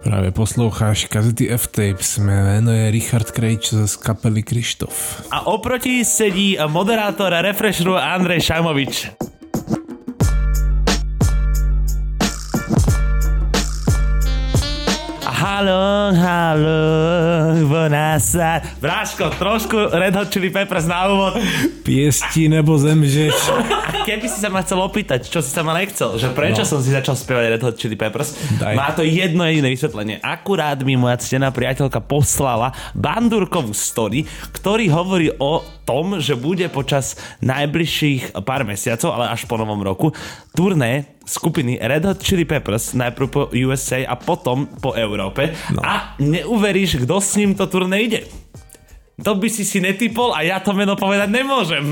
Práve posloucháš Kazety F-Tapes, meno je Richard Krejč z kapely Krištof. A oproti sedí moderátor Refresheru Andrej Šajmovič. Halo, vonasa. Bráško, trošku Red Hot Chili Peppers na úvod. Piesti nebo zemžeš. A keby si sa ma chcel opýtať, čo si sa ma nechcel, že prečo som si začal spievať Red Hot Chili Peppers, má to jedno jediné vysvetlenie. Akurát mi moja ctená priateľka poslala bandurkovú story, ktorý hovorí o tom, že bude počas najbližších pár mesiacov, ale až po novom roku, turné skupiny Red Hot Chili Peppers, najprv po USA a potom po Európe. No. A neuveríš, kto s ním to turné ide. To by si netypol a ja to meno povedať nemôžem.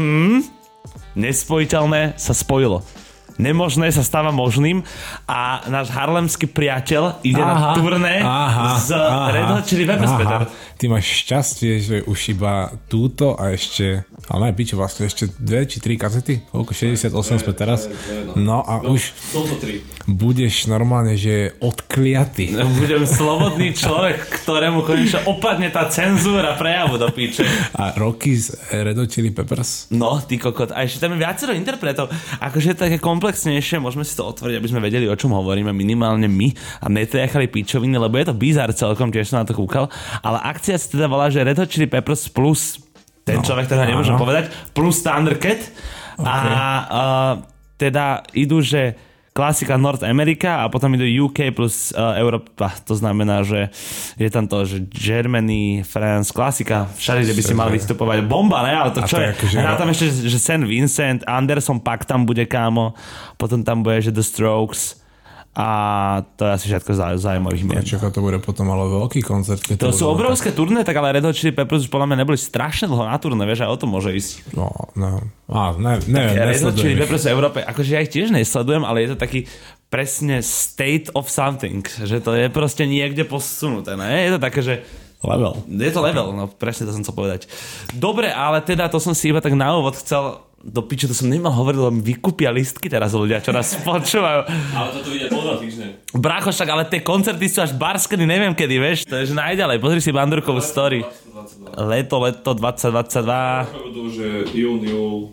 Nespojiteľné sa spojilo. Nemožné sa stáva možným a náš harlemský priateľ ide na turné z Red Hot Chili Peppers, Peter. Ty máš šťastie, že už iba túto a ešte, ale pičo, vlastne ešte 2 či 3 kazety? Koľko? 68 sme teraz? No a už budeš normálne, že odkliatý. Budem slobodný človek, ktorému konečne opadne tá cenzúra prejavu do píče. A roky z Red Hot Chili Peppers? No, ty kokot. A ešte tam je viacero interpretov. Akože také komplexnejšie, môžeme si to otvoriť, aby sme vedeli, o čom hovoríme minimálne my a netrejachali píčoviny, lebo je to bizár celkom, tiež som na to kúkal. Ale akcia sa teda volá, že Red Hot Chili Peppers plus ten človek, ktorého nemôžem povedať, plus Thundercat. Okay. A teda idú, že klasika North America a potom idú UK plus Európa. To znamená, že je tam to, že Germany, France, klasika, všade, kde by si mal vystupovať. Bomba, ne? Ale to čo je? Hrá tam ešte, že St. Vincent, Anderson Paak tam bude, kámo. Potom tam bude, že The Strokes. A to je asi všetko zaujímavých mien. Čaká, to bude potom ale veľký koncert. To sú obrovské turné, tak ale Red Hot Chili Peppers už podľa mňa neboli strašne dlho na turné, vieš, a o tom môže ísť. No. Neviem, Red Hot Chili Peppers v Európe, akože ja ich tiež nesledujem, ale je to taký presne state of something, že to je proste niekde posunuté, ne? Je to také, že level. Je to level, no presne to som chcel povedať. Dobre, ale teda to som si iba tak na úvod chcel do piče, to som nemal hovoriť, lebo mi vykúpia listky teraz ľudia, čo nás počúvajú. Ale toto vidia po 2 týždne. Brácho, však, ale tie koncerty sú až barskedy, neviem kedy, vieš, to je že najďalej, pozri si bandurkovú story. Leto 2022. To už je júl.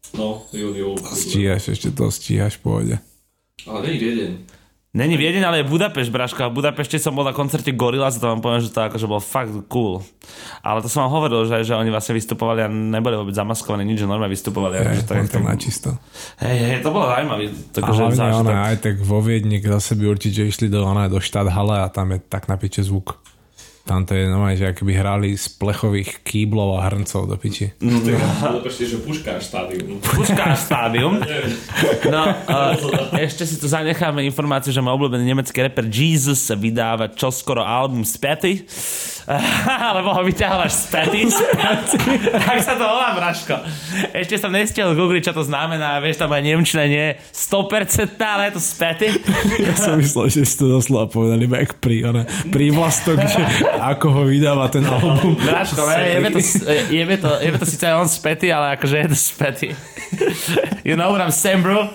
Ešte to stíhaš, pôjde. Ale není Viedeň. Není Viedeň, ale je Budapešť, Braška. V Budapešti som bol na koncerte Gorillaz a to vám poviem, že to akože bolo fakt cool. Ale to som vám hovoril, že oni vlastne vystupovali a neboli vôbec zamaskovaní, nič, že normálne vystupovali. To načisto. Hej, to bolo zaujímavé. A hlavne aj tak vo Viedni zase by určite išli do Štáthalle a tam je tak na piče zvuk. Tam to je normálne, že akoby hrali z plechových kýblov a hrncov do piči. Že Puškáš stádium. Puškáš stádium. No, ešte si tu zanecháme informáciu, že môj obľúbený nemecký rapper Jesus vydáva čoskoro album Späty. Lebo ho vyťahovaš späty. Tak sa to volá, Braško. Ešte som nestiel googliť, čo to znamená. Vieš, tam aj nemčina nie 100%, ale je to späty. Ja som myslel, že si to doslova povedali iba jak prívlastok, že ako ho vydáva ten album. Braško, je to síce on späty, ale akože je to späty. You know what I'm saying, bro?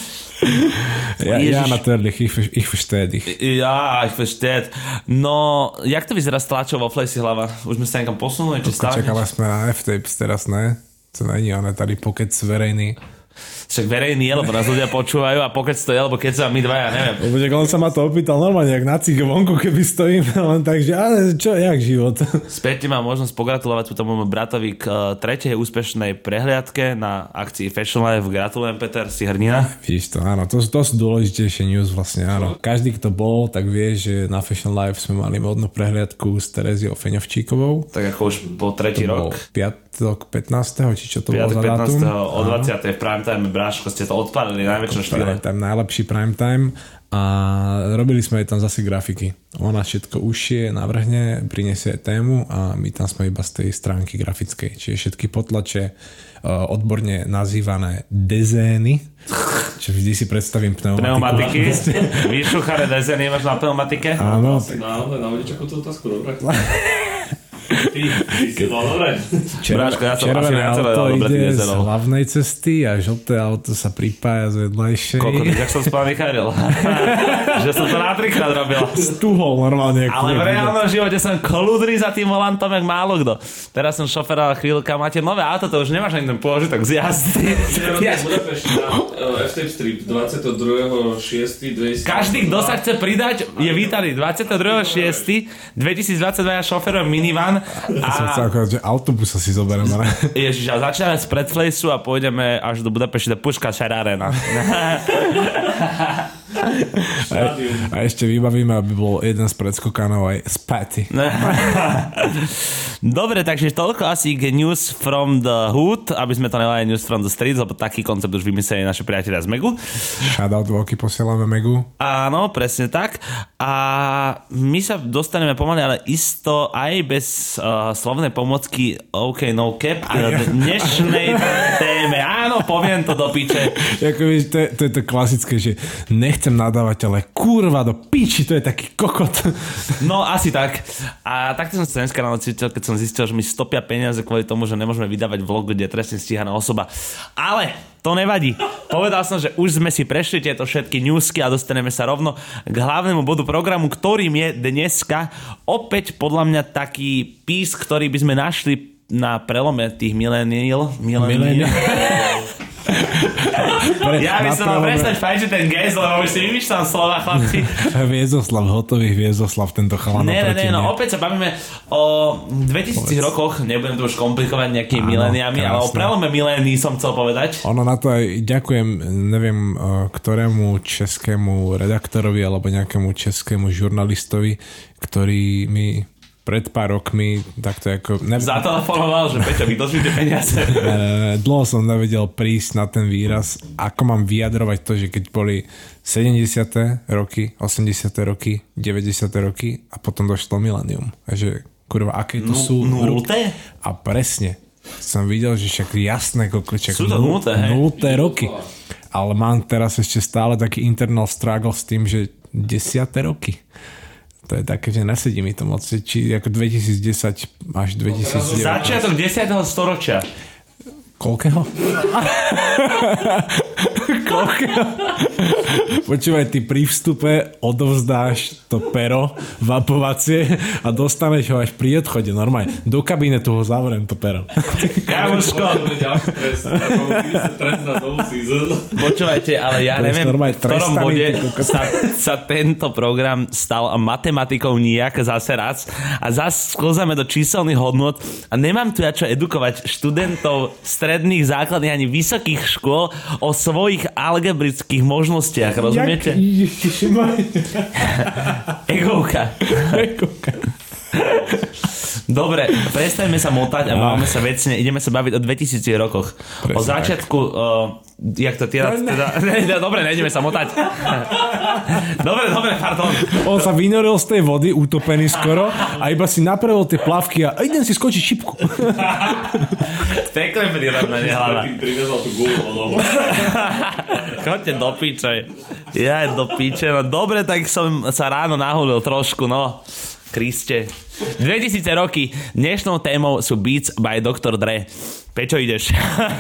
Ja natürlich, ich verstehe dich. Ja, ich verstehe. No, jak to vyzerá s tlačou vo Flejsi hlava? Už sme sa niekam posunuli? Čakáme sme na F-Tapes teraz, ne? To není ono, tady pokec verejný. Však verejný je, lebo nás ľudia počúvajú a pokec to je, lebo keď sa my dvaja, neviem. On sa ma to opýtal normálne, jak na cík vonku, keby stojím, len takže, ale čo, jak život? Späť mám možnosť pogratulovať tomu bratovi k 3. úspešnej prehliadke na akcii Fashion Life. Gratulujem, Peter, si hrdina. Vidíš to, áno, to sú dôležitejšie news vlastne, áno. Každý, kto bol, tak vie, že na Fashion Life sme mali modnú prehliadku s Tereziou Feňovčíkovou. Tak ako už po 3. rok. Piatok 15. či čo to bolo za dátum? O 20. v primetime, Bráško, ste to odpálili najväčšom štýle. Najlepší primetime a robili sme tam zase grafiky. Ona všetko ušie, navrhne, prinesie tému a my tam sme iba z tej stránky grafickej. Čiže všetky potlače, odborne nazývané dezény, čo vždy si predstavím pneumatiky. Vyšuchané dezény máš na pneumatike? Áno. Na vodičaku tú otázku, dobre. No dobre. Bráško, ja som asi Červené viacero auto dobre ide z nezerol. hlavnej cesty a žlté auto sa pripája z vedľajšej. Koľko, jak som spal Michail. Že som to na trikrát robil. Stuhol normálne. Ale v reálnom živote som kolúdry za tým volantom, jak málo kto. Teraz som šoferoval chvíľka, máte nové auto, to už nemáš ani ten pôžitok z jazdy. Budapešť na F-Tape Strip 22.6.2000. Každý, kto sa chce pridať, je vítaný. 22.6.2022 ja šoferujem minivan Že autobusa si zoberiem. Ježiš, a začíname z Predflejsu a pôjdeme až do Budapešti, do Puškašar Arena. A ešte vybavíme, aby bol jeden z predskokanov aj späty. Dobre, takže toľko asi k News from the Hood, aby sme to nelali News from the Streets, lebo taký koncept už vymysleli naši priatelia z Megu. Shoutout veľký posielame Megu. Áno, presne tak. A my sa dostaneme pomaly, ale isto aj bez slovnej pomocky OK No Cap k dnešnej téme. Áno, poviem to do piče. Ako vieš, to je to klasické, že nechcem nadávať, ale kurva do piči, to je taký kokot. No, asi tak. A takto som sa dneska ráno cítil, keď som zistil, že mi stopia peniaze kvôli tomu, že nemôžeme vydávať vlog, kde je trestne stíhaná osoba. Ale to nevadí. Povedal som, že už sme si prešli tieto všetky newsky a dostaneme sa rovno k hlavnému bodu programu, ktorým je dneska opäť podľa mňa taký pís, ktorý by sme našli na prelome tých milénií. Ja by som mal prestať fajčiť ten gejs, lebo už si vymýšľam slova, chlapci. Hviezdoslav, hotový Hviezdoslav, tento chalan oproti no opäť sa bavíme o 2000 rokoch, nebudem to už komplikovať nejakými miléniami, ale o prelome milénií som chcel povedať. Ono na to aj ďakujem, neviem ktorému českému redaktorovi alebo nejakému českému žurnalistovi, ktorý mi pred pár rokmi takto ako... Zatelefonoval, že Peťo, vydlžíte peniaze. Dlho som nevedel prísť na ten výraz, ako mám vyjadrovať to, že keď boli 70. roky, 80. roky, 90. roky a potom došlo milenium. A že kurva, aké to sú... Nulté? A presne. Som videl, že však jasné, sú to nulté roky. Ale mám teraz ešte stále taký internal struggle s tým, že 10. roky. To je také, že nesedí mi to moc. Či ako 2010 až 2009. Začiatok 10. storočia. Koľkého? Koľkého? Počúvaj, ty pri vstupe odovzdáš to pero vapovacie a dostaneš ho až pri odchode. Normálne. Do kabinetu ho zavriem to pero. Kamoško. Počúvajte, ale ja neviem, v ktorom bode sa tento program stal matematikou nijak zase raz a zase sklzame do číselných hodnot a nemám tu ja čo edukovať študentov stredných, základných ani vysokých škôl o svojich algebrických možnostiach, rozumiete? Egovka. Dobre, prestajme sa motať a máme sa vecne, ideme sa baviť o 2000 rokoch. Presne o začiatku, jak to teda... Dobre, nejdeme sa motať. Dobre, pardon. On sa vynoril z tej vody, utopený skoro a iba si napravil tie plavky a idem si skočiť šipku. Pekne prirovnanie hlava. Privezal tú gulu vodou. Choďte do piče. Ja do piče. No dobre, tak som sa ráno nahulil trošku, no. Kriste. 2000 roky. Dnešnou témou sú Beats by Dr. Dre. Pečo ideš?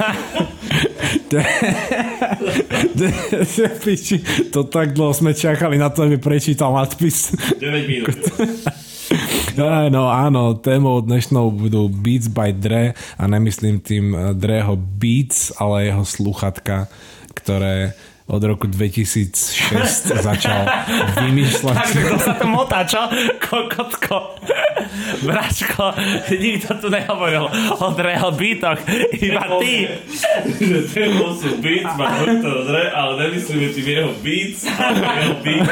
To tak dlho sme čakali na to, aby prečítal nadpis. 9 minút. No áno, témou dnešnou budú Beats by Dre a nemyslím tým Dreho Beats, ale jeho slúchatka, ktoré od roku 2006 začal vymýšľať. Takže kto sa to motá, čo? Kokotko. Bračko, nikto tu nehovoril o Dreho beatoch, iba ty. Že témou sú Beats by Dr. Dre, ale nemyslíme tým jeho Beats, ale jeho Beats.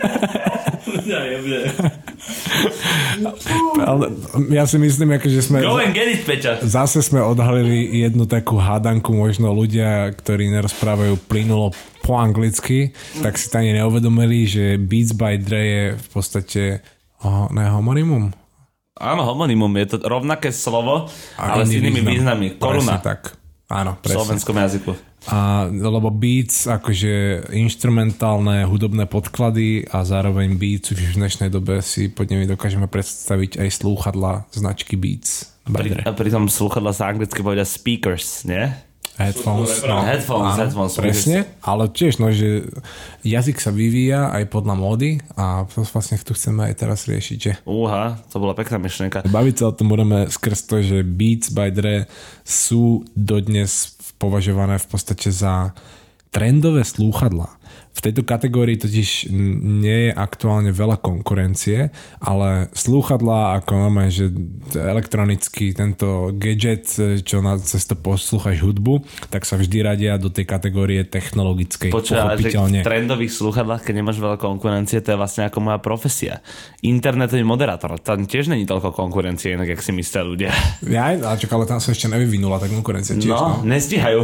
Ja si myslím, že sme... Go and get it, Peťa. Zase sme odhalili jednu takú hádanku, možno ľudia, ktorí nerozprávajú plynulo po anglicky, tak si to ani neuvedomili, že Beats by Dre je v podstate homonymum. Áno, homonymum, je to rovnaké slovo, ale s inými význammi. Koruna. Tak. Áno, v slovenskom jazyku. Lebo beats, akože inštrumentálne hudobné podklady a zároveň beats už v dnešnej dobe si pod nimi dokážeme predstaviť aj slúchadlá značky Beats. A pritom slúchadlá sa anglicky povedia speakers, nie? Headphones. Headphones. Presne, ale tiež, že jazyk sa vyvíja aj podľa módy a to vlastne tu chceme aj teraz riešiť, že? To bola pekná myšlienka. Baviť sa o tom budeme skrz to, že Beats by Dre sú dodnes považované v podstate za trendové slúchadlá. V tejto kategórii totiž nie je aktuálne veľa konkurencie, ale slúchadlá ako máme, že elektronický tento gadget, čo na cesto poslúchaš hudbu, tak sa vždy radia do tej kategórie technologickej. Počúva, že v trendových slúchadlách, keď nemáš veľa konkurencie, to je vlastne ako moja profesia. Internetový moderátor, tam tiež není toľko konkurencie, inak jak si myslia ľudia. Ale tam sa ešte nevyvinula tá konkurencia tiež. Nestíhajú.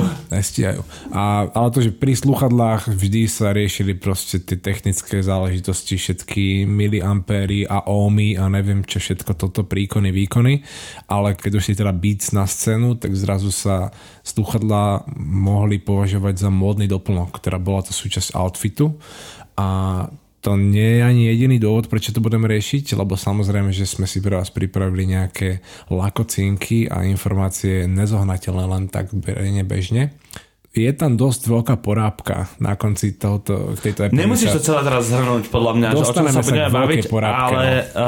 Ale to, že pri slúchadlách vždy sa riešili proste tie technické záležitosti, všetky miliampéry a ohmy a neviem čo všetko toto výkony, ale keď už si teda Beats na scénu, tak zrazu sa slúchadlá mohli považovať za módny doplnok, ktorá bola to súčasť outfitu a to nie je ani jediný dôvod, prečo to budeme riešiť, lebo samozrejme, že sme si pre vás pripravili nejaké lakocinky a informácie nezohnateľné len tak bežne. Je tam dosť veľká porábka na konci tejto epizódy. Nemusíš to celé teraz zhrnúť, podľa mňa, že o čom sa budeme baviť, ale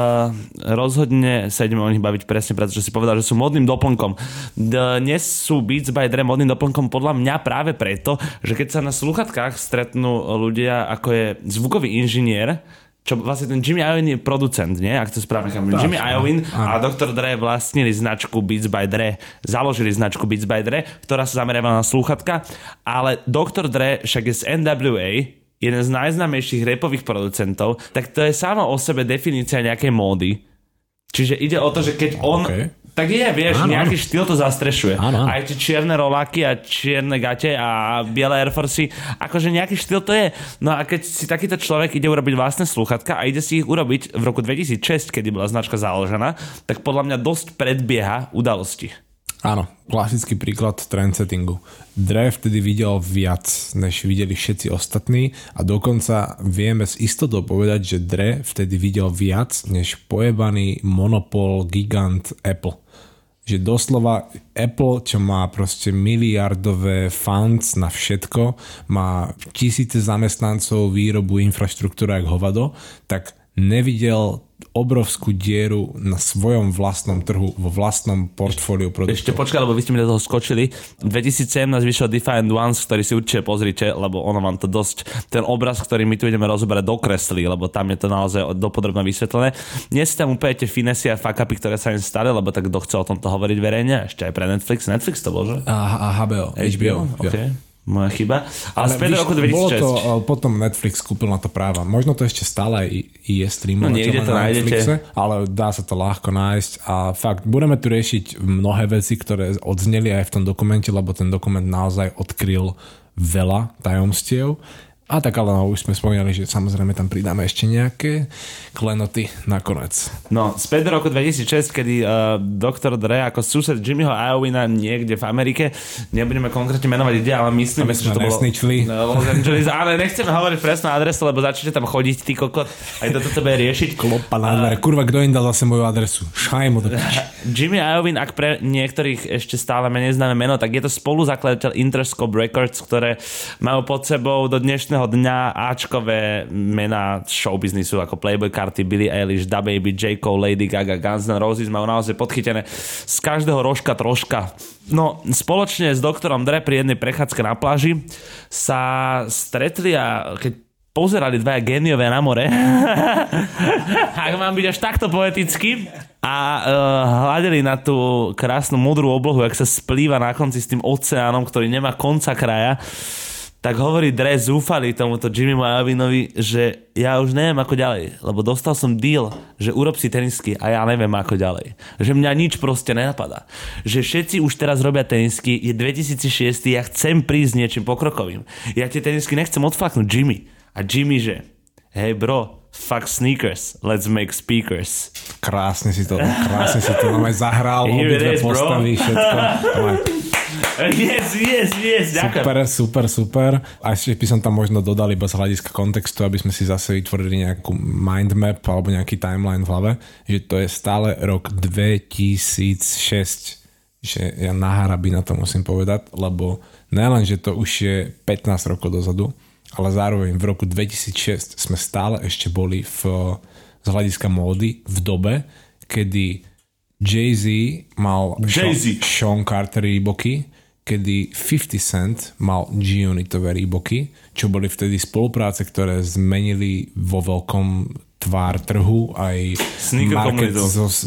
rozhodne sa ideme o nich baviť presne, pretože si povedal, že sú modným doplnkom. Dnes sú Beats by Dre modným doplnkom podľa mňa práve preto, že keď sa na slúchatkách stretnú ľudia, ako je zvukový inžinier, čo vlastne ten Jimmy Iovine je producent, nie? Ak to správne chápem. Jimmy Iovine a Dr. Dre vlastnili značku Beats by Dre, založili značku Beats by Dre, ktorá sa zameriavala na slúchatka, ale Dr. Dre však je z NWA, jeden z najznámejších rapových producentov, tak to je samo o sebe definícia nejakej módy. Čiže ide o to, že keď on... Tak vieš, nejaký štýl to zastrešuje. Aj tie čierne roláky a čierne gate a biele Air Forcey, akože nejaký štýl to je. No a keď si takýto človek ide urobiť vlastné slúchatka a ide si ich urobiť v roku 2006, kedy bola značka založená, tak podľa mňa dosť predbieha udalosti. Áno, klasický príklad trendsettingu. Dre vtedy videl viac, než videli všetci ostatní a dokonca vieme s istotou povedať, že Dre vtedy videl viac, než pojebaný monopol gigant Apple. Že doslova Apple, čo má proste miliardové funds na všetko, má tisíce zamestnancov, výrobu, infraštruktúru jak hovado, tak nevidel obrovskú dieru na svojom vlastnom trhu, vo vlastnom portfóliu produktov. Ešte počkaj, lebo vy ste mi do toho skočili. 2017 vyšiel Defiant Ones, ktorý si určite pozrite, lebo ono vám to dosť, ten obraz, ktorý my tu ideme rozoberať, dokreslí, lebo tam je to naozaj dopodrobne vysvetlené. Nie si tam úplne tie finesy a fuck-upy, ktoré sa im stali, lebo tak kto chce o tomto hovoriť verejne, ešte aj pre Netflix. Netflix to bol, že? A HBO. Okay. Moja chyba. Ale späť do roku 2006. Bolo to, potom Netflix kúpil na to práva. Možno to ešte stále je streamovateľné na Netflixe, ale dá sa to ľahko nájsť a fakt, budeme tu riešiť mnohé veci, ktoré odzneli aj v tom dokumente, lebo ten dokument naozaj odkryl veľa tajomstiev. A tak ale už sme spomínali, že samozrejme tam pridáme ešte nejaké klenoty nakoniec. No, späť do roku 2006, kedy Dr. Dre ako sused Jimmyho Iovina niekde v Amerike, nebudeme konkrétne menovať kde, ale myslím, že to bolo Los Angeles, ale nechceme hovoriť presnú adresu, lebo začnete tam chodiť, ty kokot, aj toto bude riešiť. Klopa na dvere, kurva, kto im dal zase moju adresu? Šajmo to Jimmy Iovine, ak pre niektorých ešte stále menej známe meno, tak je to spoluzakladateľ Interscope Records, ktoré majú pod sebou do dnešného dňa áčkové mená showbiznisu ako Playboy Carti, Billie Eilish, DaBaby, J. Cole, Lady Gaga, Guns N' Roses majú naozaj podchytené z každého rožka troška. No, spoločne s doktorom Dre pri jednej prechádzke na pláži sa stretli a keď pozerali dvaja géniové na more, ak mám byť až takto poetický, a hľadeli na tú krásnu modrú oblohu, jak sa splýva na konci s tým oceánom, ktorý nemá konca kraja, tak hovorí Dre zúfalý tomuto Jimmymu Iovinovi, že ja už neviem ako ďalej, lebo dostal som deal, že urob si tenisky a ja neviem ako ďalej. Že mňa nič proste nenapadá. Že všetci už teraz robia tenisky, je 2006, ja chcem prísť niečím pokrokovým. Ja tie tenisky nechcem odflaknúť Jimmy. A Jimmy, že hej bro, fuck sneakers, let's make speakers. Krásne si to zahral, obidve postavy, všetko. Yes, ďakujem. Super. A ešte by som tam možno dodal iba z hľadiska kontextu, aby sme si zase vytvorili nejakú mindmap alebo nejaký timeline v hlave, že to je stále rok 2006, že ja na harabina to musím povedať, lebo nielen, že to už je 15 rokov dozadu, ale zároveň v roku 2006 sme stále ešte boli z hľadiska módy v dobe, kedy Jay-Z mal Sean Carter Reeboky, kedy 50 Cent mal G-Unitové Reeboky, čo boli vtedy spolupráce, ktoré zmenili vo veľkom tvár trhu, aj market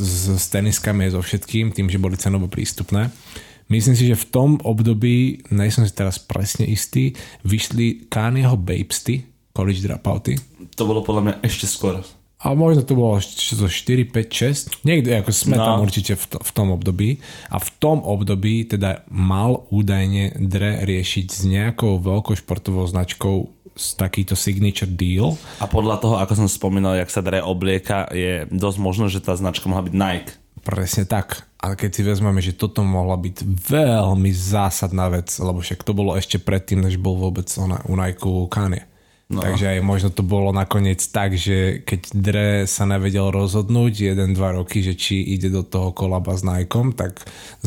s teniskami, so všetkým, tým, že boli cenovo prístupné. Myslím si, že v tom období, nejsem si teraz presne istý, vyšli Kanyeho Babesty, College Dropouty. To bolo podľa mňa ešte skôr. A možno to bolo 4, 5, 6. Niekde ako sme tam určite v tom období. A v tom období teda mal údajne Dre riešiť s nejakou veľkou športovou značkou takýto signature deal. A podľa toho, ako som spomínal, jak sa Dre oblieka, je dosť možno, že tá značka mohla byť Nike. Presne tak. A keď si vezmeme, že toto mohla byť veľmi zásadná vec, lebo však to bolo ešte predtým, než bol vôbec u Nike Kanye. No. Takže aj možno to bolo nakoniec tak, že keď Dre sa nevedel rozhodnúť 1-2 roky, že či ide do toho kolaba s Nikeom, tak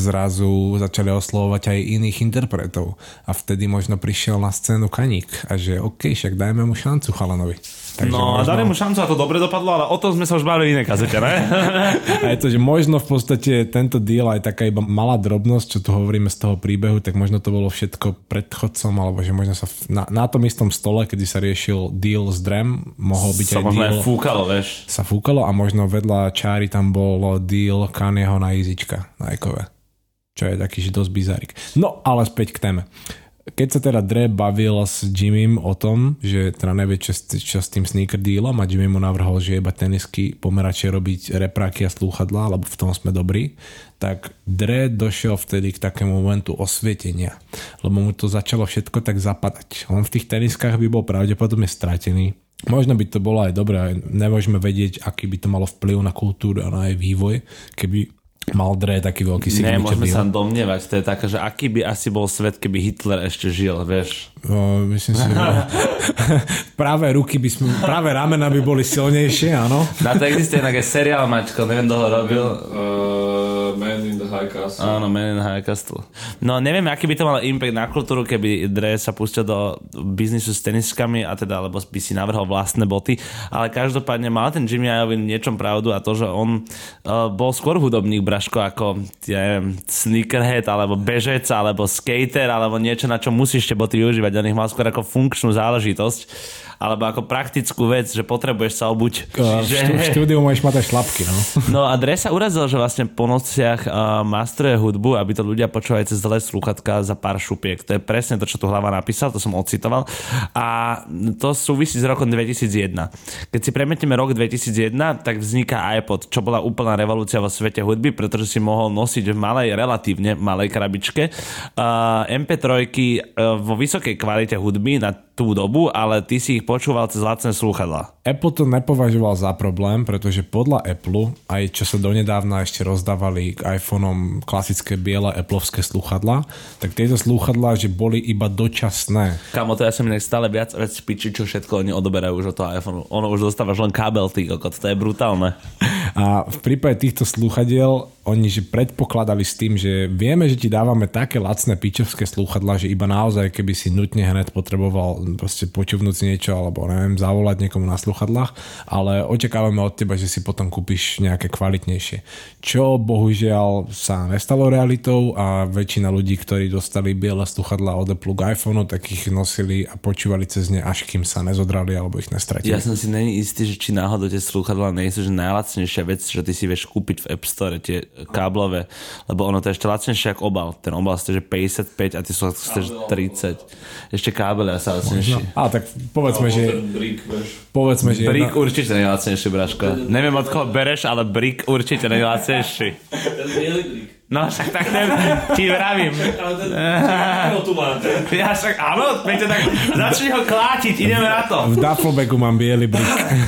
zrazu začali oslovovať aj iných interpretov. A vtedy možno prišiel na scénu Kaník a že OK, však dajme mu šancu chalanovi. Takže no, možno... dali mu šancu a to dobre dopadlo, ale o tom sme sa už bavili v inej kazete, ne? A je to, že možno v podstate tento deal aj taká iba malá drobnosť, čo tu hovoríme z toho príbehu, tak možno to bolo všetko predchodcom, alebo že možno sa na tom istom stole, kedy sa riešil deal s Drem, mohol byť aj deal... Sa fúkalo a možno vedľa čáry tam bol deal Kanyeho na Easyčka, na Ekove. Čo je taký, že dosť bizarik. No, ale späť k téme. Keď sa teda Dre bavil s Jimmym o tom, že teda nevie čo s tým sneaker dealom a Jimmy mu navrhol, že iba tenisky pomeračie robiť repráky a slúchadlá, lebo v tom sme dobrí, tak Dre došiel vtedy k takému momentu osvietenia, lebo mu to začalo všetko tak zapadať. On v tých teniskách by bol pravdepodobne stratený. Možno by to bolo aj dobré, nemôžeme vedieť, aký by to malo vplyv na kultúru a na jej vývoj, keby mal Dre taký veľký signature. Môžeme sa domnievať, to je také, že aký by asi bol svet, keby Hitler ešte žil, vieš? Myslím si, že práve ruky by sme, práve ramena by boli silnejšie, áno. Na to existuje nejaké seriál, Mačko, neviem, kto ho robil. Man in the High Castle. Áno, Man in the High Castle. No neviem, aký by to mal impact na kultúru, keby Dre sa pustil do biznisu s teniskami a teda, alebo by si navrhol vlastné boty, ale každopádne mal ten Jimmy Iovine niečom pravdu a to, že on bol skôr hudobník, Braško, ako ja neviem, sneakerhead, alebo bežec, alebo skater, alebo niečo, na čo musíš tie boty využívať. On ich mal skôr ako funkčnú záležitosť, alebo ako praktickú vec, že potrebuješ sa obuť. V štúdiu môžeš mať aj šlapky, no. No a Dre sa urazil, že vlastne po nociach masteruje hudbu, aby to ľudia počúvali cez dlhé slúchatka za pár šupiek. To je presne to, čo tu hlava napísal, to som ocitoval. A to súvisí s rokom 2001. Keď si premietneme rok 2001, tak vzniká iPod, čo bola úplná revolúcia vo svete hudby, pretože si mohol nosiť v malej, relatívne malej krabičke MP3 vo vysokej kvalite hudby na tú dobu, ale ty si ich počúval cez lacné slúchadlá. Apple to nepovažoval za problém, pretože podľa Apple, aj čo sa donedávna ešte rozdávali k iPhoneom klasické biele Appleovské slúchadlá, tak tieto slúchadlá, že boli iba dočasné. Kamo, to ja som inak stále viac piči, čo všetko oni odoberajú už od toho iPhoneu. Ono už dostávaš len kábel, ty kokot, to je brutálne. A v prípade týchto slúchadiel oni že predpokladali s tým, že vieme, že ti dávame také lacné pičovské slúchadlá, že iba naozaj, keby si nutne hned potreboval proste počúvnuť si niečo alebo neviem, zavolať niekomu na slúchadlách, ale očakávame od teba, že si potom kúpiš nejaké kvalitnejšie. Čo bohužiaľ sa nestalo realitou a väčšina ľudí, ktorí dostali biele slúchadlá od Apple k iPhoneu, tak ich nosili a počúvali cez ne, až kým sa nezodrali alebo ich nestratili. Ja som si není istý, že či náhodou tie slúchadlá nie sú že najlacnejšia vec, že ty si vieš kúpiť v App Store, tie káblové, lebo ono to je ešte lacnejšie ako obal. Ten obal stojí 55 a ty sú 30. Ešte kábel je sa lacnejší. A tak povedzme, že... Povedzme, že... Brick určite nie je lacnejší, Braško. Neviem, od koho bereš, ale Brick určite nie je lacnejší. Ten bielý Brick. No však tak ten ti vravím. Ale tu máte. Ja však, áno, Peťo, tak začni ho klátiť, ideme na to. V duffelbagu mám biely brik.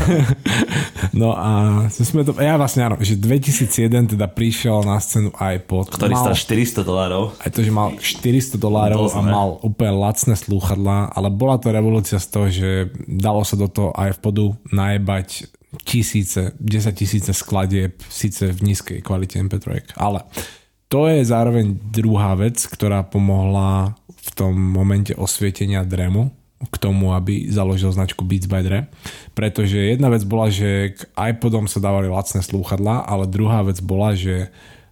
No a sme to, ja vlastne áno, že 2001 teda prišiel na scénu iPod. Ktorý stal $400. Aj to, že mal $400 a mal úplne lacné slúchadlá, ale bola to revolúcia z toho, že dalo sa do toho iPodu najebať 10 000 skladieb, síce v nízkej kvalite MP3, ale to je zároveň druhá vec, ktorá pomohla v tom momente osvietenia Dremu k tomu, aby založil značku Beats by Dre. Pretože jedna vec bola, že k iPodom sa dávali lacné slúchadlá, ale druhá vec bola, že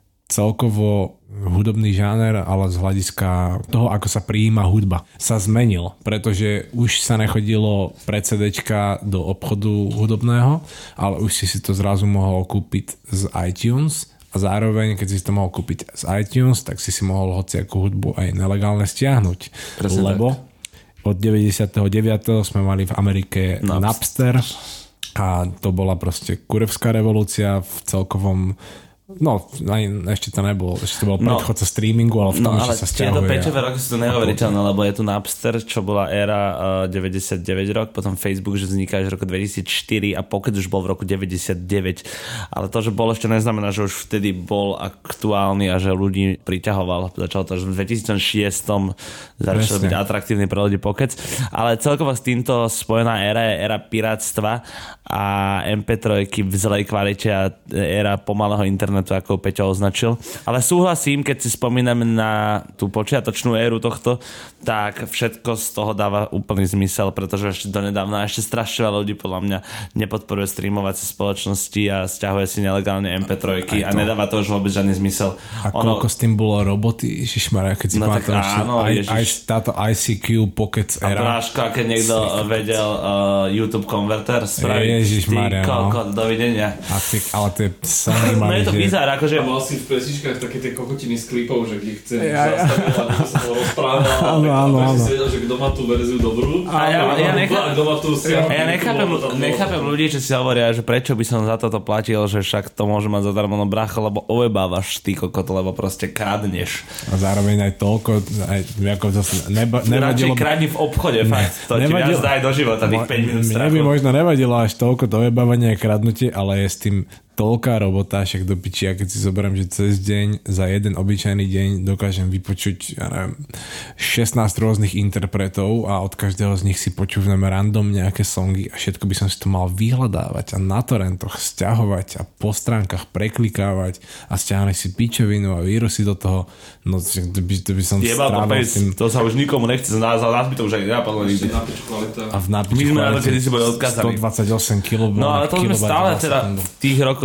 celkovo hudobný žáner, ale z hľadiska toho, ako sa prijíma hudba, sa zmenil, pretože už sa nechodilo pre CDčka do obchodu hudobného, ale už si to zrazu mohol kúpiť z iTunes a zároveň, keď si to mohol kúpiť z iTunes, tak si mohol hociakú hudbu aj nelegálne stiahnuť. Presne lebo tak. Od 99. sme mali v Amerike Napster a to bola proste kurevská revolúcia v celkovom. No, ešte to nebolo, ešte to bol predchodca streamingu, ale v tom, že sa stiahuje. Tieto Peťové roky sú to neuveriteľné, lebo je tu Napster, čo bola éra 99 rok, potom Facebook, že vzniká až v roku 2004 a Pocket už bol v roku 99. Ale to, že bol, ešte neznamená, že už vtedy bol aktuálny a že ľudí priťahoval. Začalo to až v 2006 začal byť atraktívny pre ľudí Pocket. Ale celkovo s týmto spojená éra je éra pirátstva a MP3 v zlej kvalite a éra pomalého internetu, ako Peťo označil. Ale súhlasím, keď si spomínam na tú počiatočnú éru tohto, tak všetko z toho dáva úplný zmysel, pretože ešte donedávna ešte strašne veľa ľudí podľa mňa nepodporuje streamovacie spoločnosti a stiahuje si nelegálne MP3 a nedáva to už vôbec žiadny zmysel. A koľko s tým bolo roboty, ježišmarja, keď si aj táto ICQ Pocket éra. A Bráško, keď niekto vedel YouTube konverter spraviť. Ježišmarja, dovidenia. Ale to je samý no je to bizár, akože... A mal si v pesničkách také tie kokotiny z klipov, že kde chce zastavila, kde sa to rozprával. Áno. Si vedel, že kto má tú verziu dobrú. A ja nechápem ľudí, čo si hovoria, že prečo by som za toto platil, že však to môže mať zadarmo brácho, lebo ojebávaš ty kokot, lebo proste kradneš. A zároveň aj toľko, ako zase nevadilo... Radšej kradni v obchode, fakt. To ti viac daj do života, tých 5 minút strachu. Mne by možno nevadilo až toľko to ojebávanie a kradnutie, ale je s tým toľká robota, však do piči, ja keď si zoberiem, že cez deň, za jeden obyčajný deň dokážem vypočuť, ja neviem, 16 rôznych interpretov a od každého z nich si počúvnem random nejaké songy a všetko by som si to mal vyhľadávať a na torrentoch stiahovať a po stránkach preklikávať a stiahnuť si pičovinu a vírusy do toho, no to by som strávil s tým. To sa už nikomu nechce, nás by to už aj nenapadlo nikdy. A v napiču kvalite 128 kB. No ale to sme stále teda v tých rokoch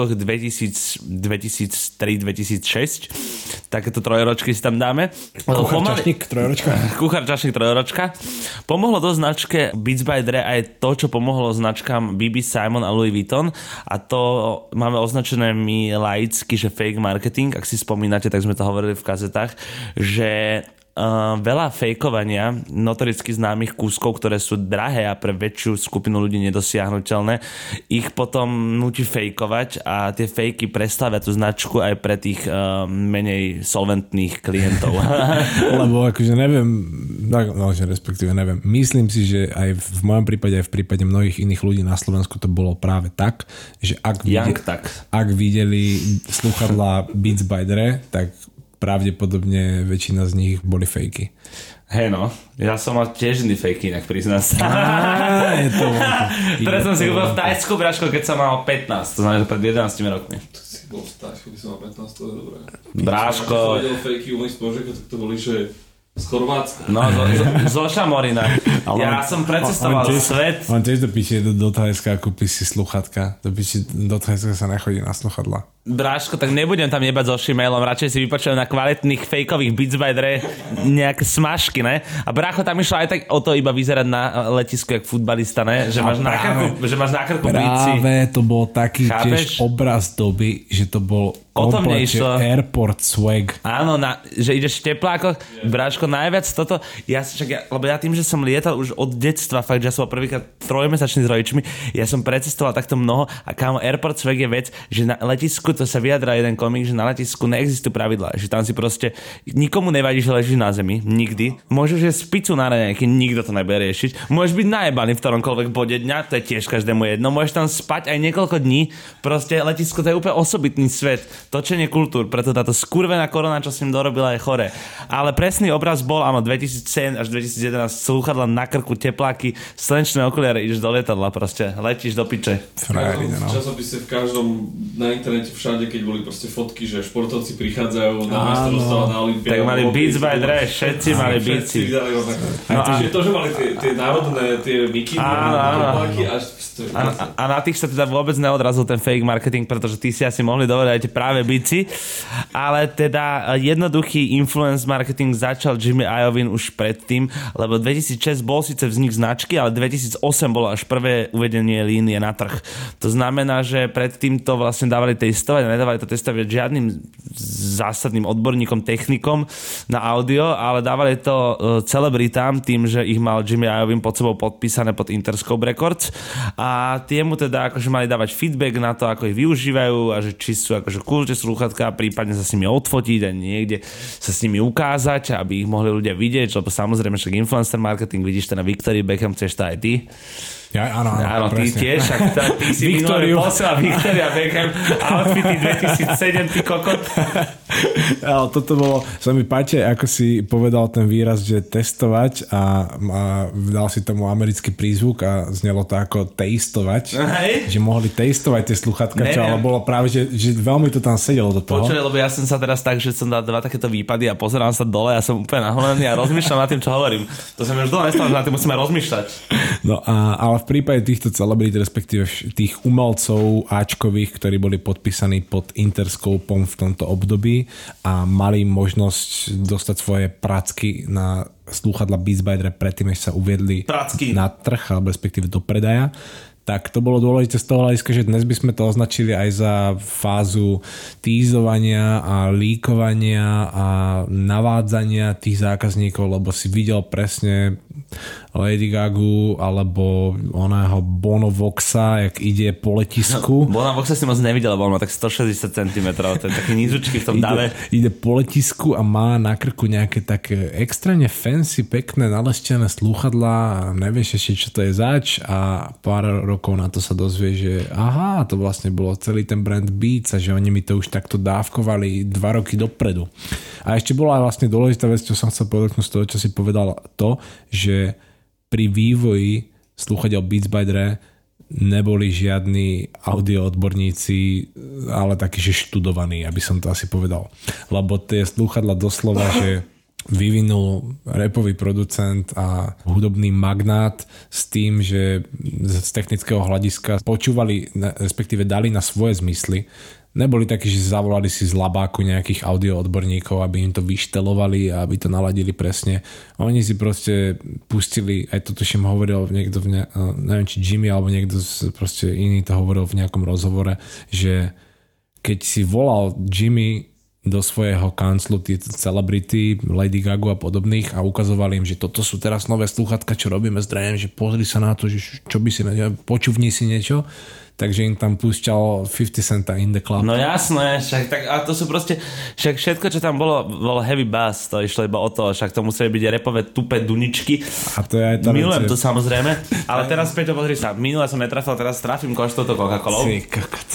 2003-2006 takéto trojročky si tam dáme. Kuchár-čašník trojročka. Kuchár-čašník trojročka. Pomohlo do značke Beats by Dre aj to, čo pomohlo značkám BB Simon a Louis Vuitton a to máme označené my laicky, že fake marketing, ak si spomínate, tak sme to hovorili v kazetách, že veľa fejkovania notoricky známych kúskov, ktoré sú drahé a pre väčšiu skupinu ľudí nedosiahnuteľné, ich potom núti fejkovať a tie fejky preslavia tú značku aj pre tých menej solventných klientov. Lebo akože neviem, no, že respektíve neviem, myslím si, že aj v mojom prípade, aj v prípade mnohých iných ľudí na Slovensku to bolo práve tak, že ak videli slúchadlá Beats by Dre, tak pravdepodobne väčšina z nich boli fejky. Hej no, ja som mal tiež iný fejky, inak priznám sa. Je to Teraz som si kúpil v Tajsku, Braško, keď som mal 15, to znamená pred 11 rokmi. Tak si bol v Tajsku, keď som mal 15, to je dobré. Braško. Keď som vedel fejky u mojich spoločníkov, tak to boli, že z Chorvátska. No, zo Šamorina. Ja som predcestoval svet. On tiež dopíše do Thajska a kúpi si sluchatka. Do Thajska sa nechodí na sluchadla. Bráško, tak nebudem tam jebať so šimailom, radšej si vypočujem na kvalitných fejkových Beats by Dre nejaké smažky, ne? A brácho, tam išlo aj tak o to iba vyzerať na letisku jak futbalista, ne? Že máš na krku bici. Práve to bol taký tiež obraz doby, že to bol O tom neišlo. Airport swag. Áno, že ideš v teplákoch, Bráško, najviac toto, lebo ja tým, že som lietal už od detstva, fakt, že ja som bol prvýkrát 3-mesačný s rodičmi, ja som precestoval takto mnoho a kámo, airport swag je vec, že na letisku, to sa vyjadrá jeden komik, že na letisku neexistujú pravidlá, že tam si proste nikomu nevadí, že ležíš na zemi, nikdy. Môžeš jesť pizzu na raňajky, nikto to nebude riešiť. Môžeš byť najebaný v ktoromkoľvek bode dňa, to je tiež každému jedno. Môžeš tam spať aj niekoľko dní, proste letisko to je úplne osobitný svet. Točenie kultúr, preto táto skurvená korona, čo s ním dorobila, je chore. Ale presný obraz bol, áno, 2007 až 2011 slúchadla na krku, tepláky, slnečné okuliare, ideš do lietadla, proste letíš do piče. V časopise v každom, na internete všade, keď boli proste fotky, že športovci prichádzajú na majstrovstvá na olympiádu. Tak mali Beats by Dre, všetci mali Beatsy. No to, že mali tie národné, tie mikiny, a na tých sa teda vôbec neodrazil ten fake marketing, pretože tí si asi mohli dovoliť práve Beatsy, ale teda jednoduchý influence marketing začal Jimmy Iovine už predtým, lebo 2006 bol síce vznik značky, ale 2008 bolo až prvé uvedenie línie na trh. To znamená, že predtým to vlastne dávali testovať a nedávali to testovať žiadnym zásadným odborníkom, technikom na audio, ale dávali to celebritám tým, že ich mal Jimmy Iovine pod sebou podpísané pod Interscope Records a tie mu teda akože mali dávať feedback na to, ako ich využívajú a že či sú akože cool, že slúchatka, prípadne sa s nimi odfotiť a niekde sa s nimi ukázať, aby ich mohli ľudia vidieť, lebo samozrejme však influencer marketing, vidíš to na Victoria Beckham, chceš to aj ty? Ja, áno, ty tiež, ty si minulý posiel Victoria Beckham outfity 2007, ty kokot. Ale toto bolo, sa mi páči, ako si povedal ten výraz, že testovať a dal si tomu americký prízvuk a znelo to ako testovať, že mohli testovať tie sluchatka, ale bolo práve, že veľmi to tam sedelo do toho. Počuj, lebo ja som sa teraz tak, že som dal 2 takéto výpady a pozerám sa dole a som úplne naholený a rozmýšľam nad tým, čo hovorím. To sa mi už dole nestalo, že na tým musíme rozmýšľať. No ale v prípade týchto celebrít, respektíve tých umelcov áčkových, ktorí boli podpísaní pod Interscopeom v tomto období a mali možnosť dostať svoje pracky na slúchadla Beats by Dre predtým, než sa uviedli na trh, alebo respektíve do predaja, tak to bolo dôležité z toho hľadiska, že dnes by sme to označili aj za fázu tízovania a líkovania a navádzania tých zákazníkov, lebo si videl presne Lady Gagu alebo oného Bono Voxa, jak ide po letisku. Bono Voxa si moc nevidel, lebo on má tak 160 cm, to je taký nízučky v tom dave. Ide po letisku a má na krku nejaké také extrémne fancy, pekné, naleštené slúchadlá a nevieš ešte, čo to je zač a pár rokov na to sa dozvie, že aha, to vlastne bolo celý ten brand Beats a že oni mi to už takto dávkovali 2 roky dopredu. A ešte bola aj vlastne dôležitá vec, čo som chcel povedať z toho, čo si povedal, to, že pri vývoji slúchadiel Beats by Dre neboli žiadni audio odborníci, ale takí, že študovaní, aby som to asi povedal. Lebo tie slúchadla doslova, že vyvinul rapový producent a hudobný magnát s tým, že z technického hľadiska počúvali, respektíve dali na svoje zmysly. Neboli takí, že zavolali si z labáku nejakých audio odborníkov, aby im to vyštelovali a aby to naladili presne. Oni si proste pustili, aj toto všem hovoril niekto, neviem či Jimmy alebo niekto proste iný to hovoril v nejakom rozhovore, že keď si volal Jimmy do svojho kanclu tie celebrity, Lady Gaga a podobných a ukazovali im, že toto sú teraz nové slúchatka, čo robíme s Drejem, že pozri sa na to, že čo by si, počúvni si niečo, takže im tam púšťal 50 Centa in the club. No jasné, však tak, a to sú proste, však všetko, čo tam bolo heavy bass, to išlo iba o to, však to museli byť repové tupé duničky. A to je aj tá milujem to samozrejme, ale teraz Peťo, pozri sa, minule som netrafil, teraz trafím koš touto Coca-Colou. Si kokot.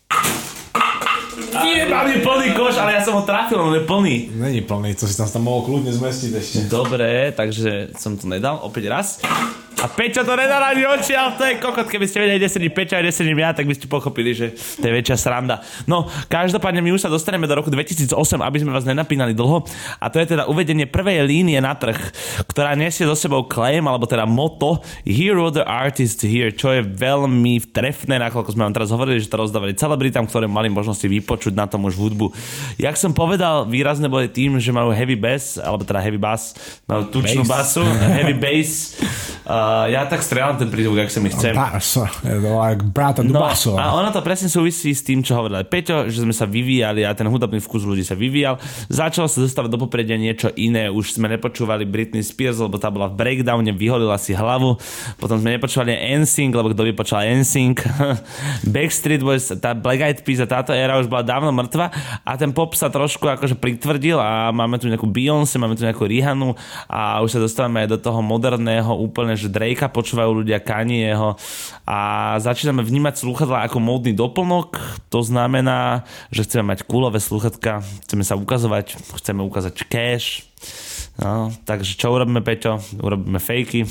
Jebány plný koš, ale ja som ho trafil, on je plný. Není plný, to si tam mohol kľudne zmestiť ešte. Dobre, takže som to nedal opäť raz. A Peťo to nedal ani odtiaľ, to je kokot. Keby ste vedeli, kde sedí Peťo a kde sedím ja, tak by ste pochopili, že to je väčšia sranda. No, každopádne my už sa dostaneme do roku 2008, aby sme vás nenapínali dlho. A to je teda uvedenie prvej línie na trh, ktorá nesie so sebou claim, alebo teda motto Hero the Artist Here, čo je veľmi trefné, nakoľko sme vám teraz hovorili, že to rozdávali celebritám, ktoré mali možnosti vypočuť na tom už hudbu. Jak som povedal, výrazne boli tým, že majú heavy bass, alebo teda heavy bass, majú tučnú basu, heavy bass, Ja tak strieľam ten prízvuk, ak sa mi chcem. Baso, je to bráta do baso. A ono to presne súvisí s tým, čo hovoril aj Peťo, že sme sa vyvíjali a ten hudobný vkus ľudí sa vyvíjal. Začalo sa dostávať do popredia niečo iné. Už sme nepočúvali Britney Spears, lebo tá bola v breakdowne, vyholila si hlavu. Potom sme nepočúvali NSYNC, lebo kto by počul NSYNC. Backstreet Boys, tá Black Eyed Peas a táto éra už bola dávno mŕtva a ten pop sa trošku akože pritvrdil a máme tu nejakú Beyoncé, máme tu nejakú Rihanu a už sa dostávame aj do toho moderného úplne, že Drakea počúvajú ľudia, Kanyeho a začíname vnímať slúchadlá ako módny doplnok. To znamená, že chceme mať coolové slúchadka, chceme sa ukazovať, chceme ukázať cash. No, takže čo urobíme, Peťo? Urobíme fejky.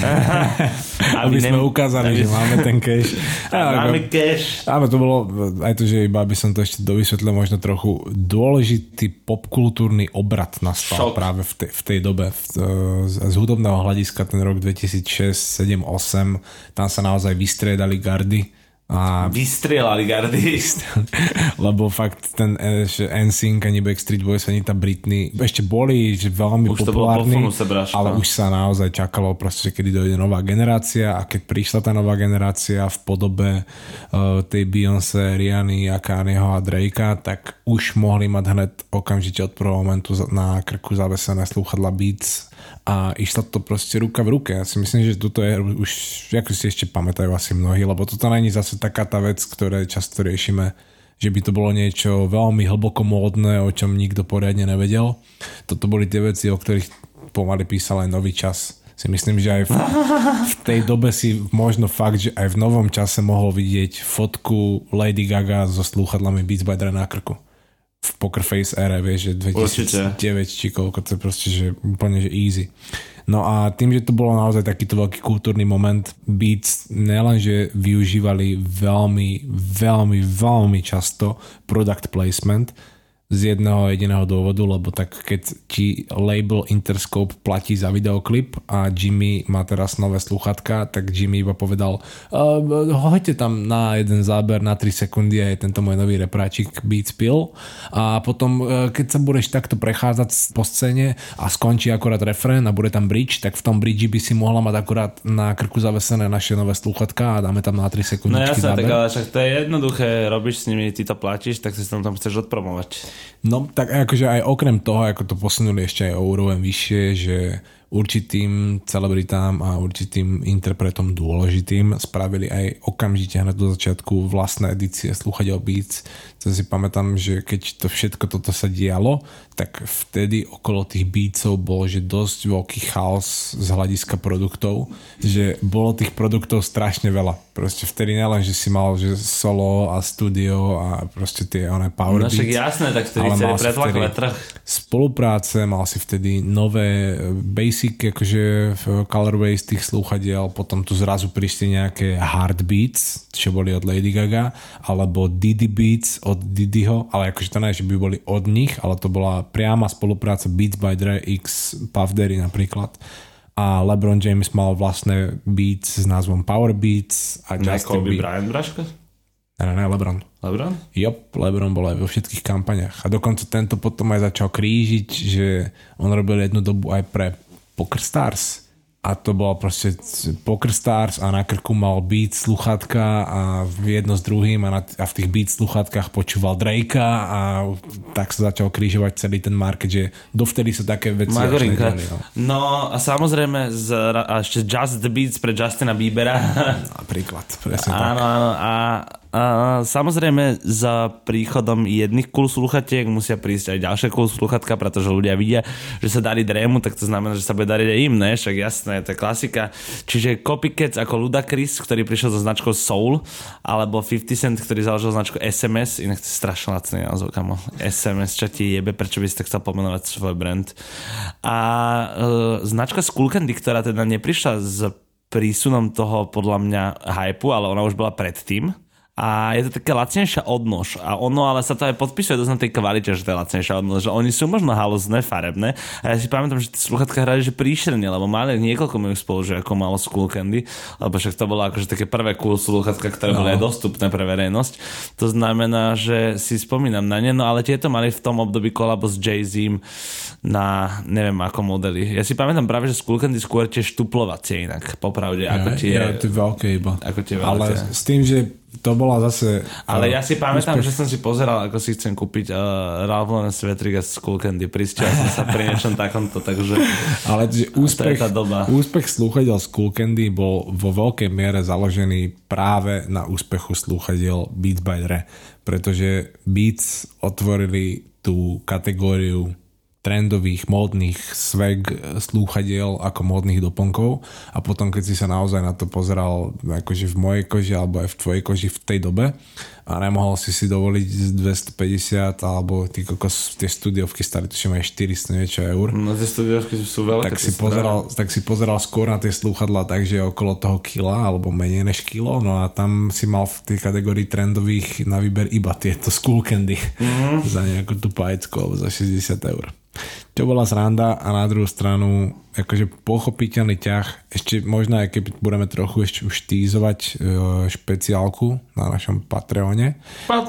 aby sme ukázali, že máme ten cash. Máme cash. Áno, to bolo aj to, že iba by som to ešte dovysvetlil možno trochu. Dôležitý popkultúrny obrat nastal práve v tej dobe. Z hudobného hľadiska ten rok 2006, 7, 8, tam sa naozaj vystriedali gardy. A vystrieľali gardy. Lebo fakt ten NSYNC ani Backstreet Boys ani tá Britney ešte boli že veľmi už populárni, ale už sa naozaj čakalo proste, kedy dojde nová generácia a keď prišla tá nová generácia v podobe tej Beyoncé, Rihanny a Kanyeho a Drakea, tak už mohli mať hned okamžite od prvého momentu na krku zavesené slúchadla Beats a išla to proste ruka v ruke. Ja si myslím, že toto je už, ako si ešte pamätajú asi mnohí, lebo toto není zase taká tá vec, ktoré často riešime, že by to bolo niečo veľmi hlboko módne, o čom nikto poriadne nevedel. Toto boli tie veci, o ktorých pomaly písal aj Nový čas. Si myslím, že aj v tej dobe si možno fakt, že aj v Novom čase mohol vidieť fotku Lady Gaga so slúchadlami Beats by Dre na krku. V Poker Face ére, vieš, že 2009 či koľko, to je proste, že úplne, že easy. No a tým, že to bolo naozaj takýto veľký kultúrny moment, Beats nielenže využívali veľmi často product placement, z jedného jediného dôvodu, lebo tak keď ti label Interscope platí za videoklip a Jimmy má teraz nové slúchatka, tak Jimmy iba povedal hoďte tam na jeden záber na 3 sekundy a je tento môj nový repráčik Beats Pill a potom keď sa budeš takto prechádzať po scéne a skončí akorát refrén a bude tam bridge, tak v tom bridge by si mohla mať akorát na krku zavesené naše nové slúchatka a dáme tam na 3 sekundy záber. No jasne, tak ale však to je jednoduché, robíš s nimi, ty to platíš, tak si tam chceš odpromovať. No tak akože aj okrem toho, ako to posunuli ešte aj o úroveň vyššie, že určitým celebritám a určitým interpretom dôležitým spravili aj okamžite hneď do začiatku vlastné edície slúchadiel Beats. To si pamätám, že keď to všetko toto sa dialo, tak vtedy okolo tých Beatsov bol že dosť veľký chaos z hľadiska produktov, že bolo tých produktov strašne veľa. Proste vtedy nielen, že si mal že solo a studio a proste tie power beats. No však jasné, tak vtedy chceli pretlakové trh. Spolupráce, mal si vtedy nové basic akože colorways tých slúchadiel, potom tu zrazu prišli nejaké hard beats, čo boli od Lady Gaga, alebo Diddy beats od Diddyho, ale akože to nie, že by boli od nich, ale to bola priama spolupráca Beats by Dre x Puff Daddy napríklad. A LeBron James mal vlastné beats s názvom Power Beats a Justin Kobe Bryant Braška? Ne, LeBron. LeBron? Jop, LeBron bol aj vo všetkých kampaniach. A dokonca tento potom aj začal krížiť, že on robil jednu dobu aj pre Poker Stars. A to bolo proste Poker Stars a na krku mal Beats sluchátka a jedno s druhým a v tých Beats sluchátkach počúval Drakea a tak sa začal krížovať celý ten market, že dovtedy sa také veci až nedali. No a samozrejme a ešte Just the Beats pre Justina Biebera. Napríklad, presne tak. Áno, a samozrejme za príchodom jedných cool sluchatiek musia prísť aj ďalšie cool sluchatka, pretože ľudia vidia, že sa darí Drému, tak to znamená, že sa bude dariť aj im, ne? Však jasné, to je klasika. Čiže copycats ako Ludacris, ktorý prišiel so značkou Soul, alebo 50 Cent, ktorý založil značku SMS, inak to je strašne lacný názov, kamo. SMS, čo ti jebe, prečo by si tak chcel pomenovať svoj brand. A značka Skullcandy, ktorá teda neprišla s prísunom toho podľa mňa hypu, ale ona už bola predtým a je to také lacnejšia odnož a ono ale sa to aj podpisuje dosť na tej kvalite, že to je lacnejšia odnož, že oni sú možno halúzne, farebné a ja si pamätám, že tie slúchatka hrali, že príšerne, lebo mali niekoľko mojich spolužiakov malo Skull Candy, lebo však to bolo akože také prvé cool slúchatka, ktoré boli aj dostupné pre verejnosť. To znamená, že si spomínam na ne, no ale tieto mali v tom období kolabo s Jay-Zím na neviem ako modely. Ja si pamätám práve, že Skull Candy skôr tie štuplovacie inak, popravde, ako tie... Ja, to je veľké iba. Ako tie veľké. Ale s tým, že to bola zase... Ale ja si pamätám, že som si pozeral, ako si chcem kúpiť Ralph Lauren svetrik a Skull Candy. Prisťal som sa pri niečom takomto, takže... Ale úspech slúchadiel Skull Candy bol vo veľkej miere založený práve na úspechu slúchadiel Beats by Dre. Pretože Beats otvorili tú kategóriu trendových, módnych swag slúchadiel ako módnych doplnkov a potom keď si sa naozaj na to pozeral akože v mojej koži alebo aj v tvojej koži v tej dobe a nemohol si dovoliť 250 alebo tie studiovky staré, tuším aj 400 niečo eur. No tie studiovky sú veľké. Tak si pozeral skôr na tie slúchadlá takže okolo toho kila alebo menej než kilo, no a tam si mal v tej kategórii trendových na výber iba tieto Skull Candy za nejakú tú pajecku alebo za 60 eur. Čo bola sranda a na druhú stranu akože pochopiteľný ťah. Ešte možno aj keď budeme trochu ešte už tízovať špeciálku na našom Patreone.